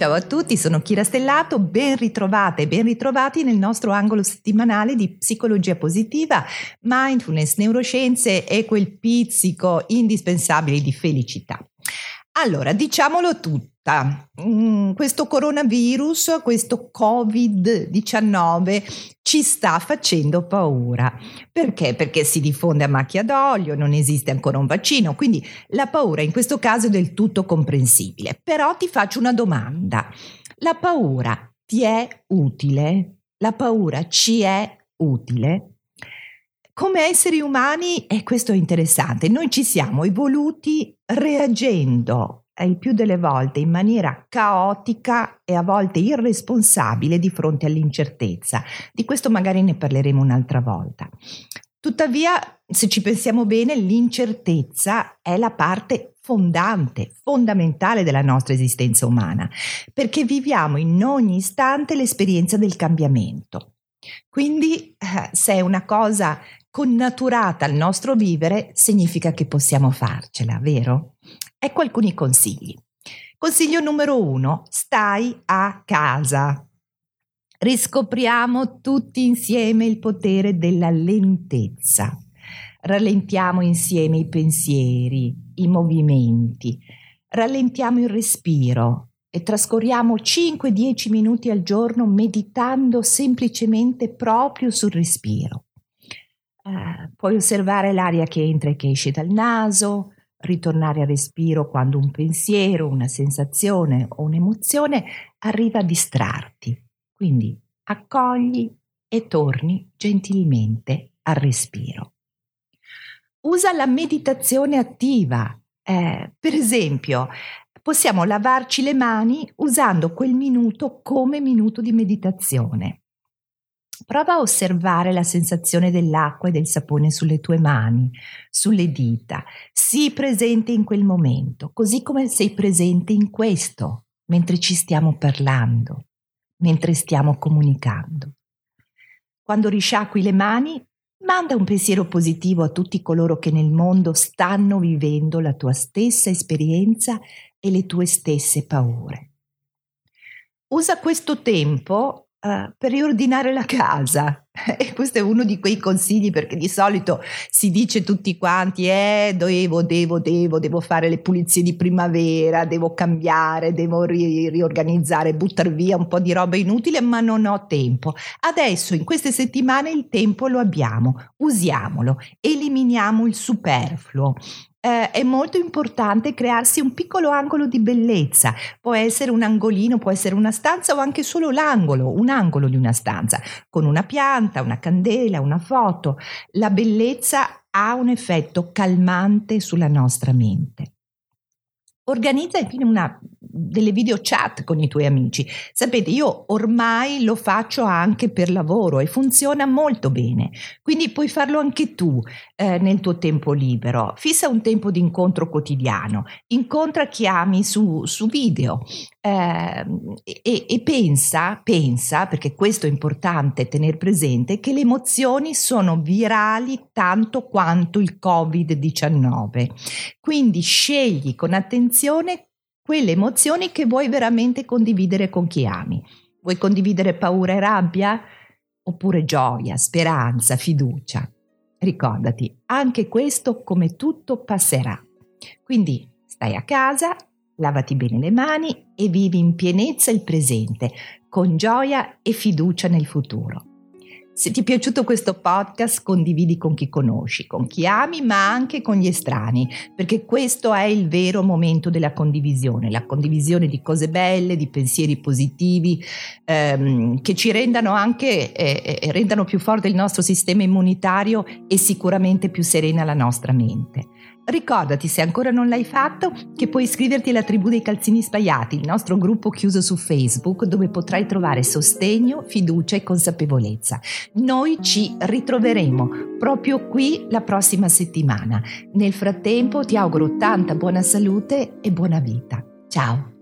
ciao a tutti, sono Kira Stellato, ben ritrovate e ben ritrovati nel nostro angolo settimanale di psicologia positiva, mindfulness, neuroscienze e quel pizzico indispensabile di felicità. Allora, diciamolo tutta, questo coronavirus, questo Covid-19 ci sta facendo paura. Perché? Perché si diffonde a macchia d'olio, non esiste ancora un vaccino, quindi la paura in questo caso è del tutto comprensibile. Però ti faccio una domanda: la paura ti è utile? La paura ci è utile? Come esseri umani, e questo è interessante, noi ci siamo evoluti reagendo il più delle volte in maniera caotica e a volte irresponsabile di fronte all'incertezza. Di questo magari ne parleremo un'altra volta. Tuttavia, se ci pensiamo bene, l'incertezza è la parte fondamentale della nostra esistenza umana, perché viviamo in ogni istante l'esperienza del cambiamento. Quindi, se è una cosa connaturata al nostro vivere, significa che possiamo farcela, vero? Ecco alcuni consigli. Consiglio numero 1: stai a casa. Riscopriamo tutti insieme il potere della lentezza. Rallentiamo insieme i pensieri, i movimenti, rallentiamo il respiro e trascorriamo 5-10 minuti al giorno meditando semplicemente proprio sul respiro. Puoi osservare l'aria che entra e che esce dal naso, ritornare al respiro quando un pensiero, una sensazione o un'emozione arriva a distrarti. Quindi accogli e torni gentilmente al respiro. Usa la meditazione attiva. Per esempio, possiamo lavarci le mani usando quel minuto come minuto di meditazione. Prova a osservare la sensazione dell'acqua e del sapone sulle tue mani, sulle dita. Sii presente in quel momento, così come sei presente in questo, mentre ci stiamo parlando, mentre stiamo comunicando. Quando risciacqui le mani, manda un pensiero positivo a tutti coloro che nel mondo stanno vivendo la tua stessa esperienza e le tue stesse paure. Usa questo tempo per riordinare la casa. E questo è uno di quei consigli, perché di solito si dice tutti quanti devo fare le pulizie di primavera, devo cambiare, devo riorganizzare, buttare via un po' di roba inutile, ma non ho tempo. Adesso in queste settimane il tempo lo abbiamo, usiamolo, eliminiamo il superfluo. È molto importante crearsi un piccolo angolo di bellezza. Può essere un angolino, può essere una stanza o anche solo un angolo di una stanza, con una pianta, una candela, una foto. La bellezza ha un effetto calmante sulla nostra mente. Organizza infine delle video chat con i tuoi amici. Sapete, io ormai lo faccio anche per lavoro e funziona molto bene, quindi puoi farlo anche tu nel tuo tempo libero. Fissa un tempo di incontro quotidiano, incontra chi ami su video e pensa, perché questo è importante tenere presente, che le emozioni sono virali tanto quanto il Covid-19. Quindi scegli con attenzione quelle emozioni che vuoi veramente condividere con chi ami. Vuoi condividere paura e rabbia? Oppure gioia, speranza, fiducia? Ricordati, anche questo, come tutto, passerà. Quindi stai a casa, lavati bene le mani e vivi in pienezza il presente, con gioia e fiducia nel futuro. Se ti è piaciuto questo podcast, condividi con chi conosci, con chi ami, ma anche con gli estranei, perché questo è il vero momento della condivisione, la condivisione di cose belle, di pensieri positivi, che ci rendano anche rendano più forte il nostro sistema immunitario e sicuramente più serena la nostra mente. Ricordati, se ancora non l'hai fatto, che puoi iscriverti alla Tribù dei Calzini Spaiati, il nostro gruppo chiuso su Facebook, dove potrai trovare sostegno, fiducia e consapevolezza. Noi ci ritroveremo proprio qui la prossima settimana. Nel frattempo ti auguro tanta buona salute e buona vita. Ciao!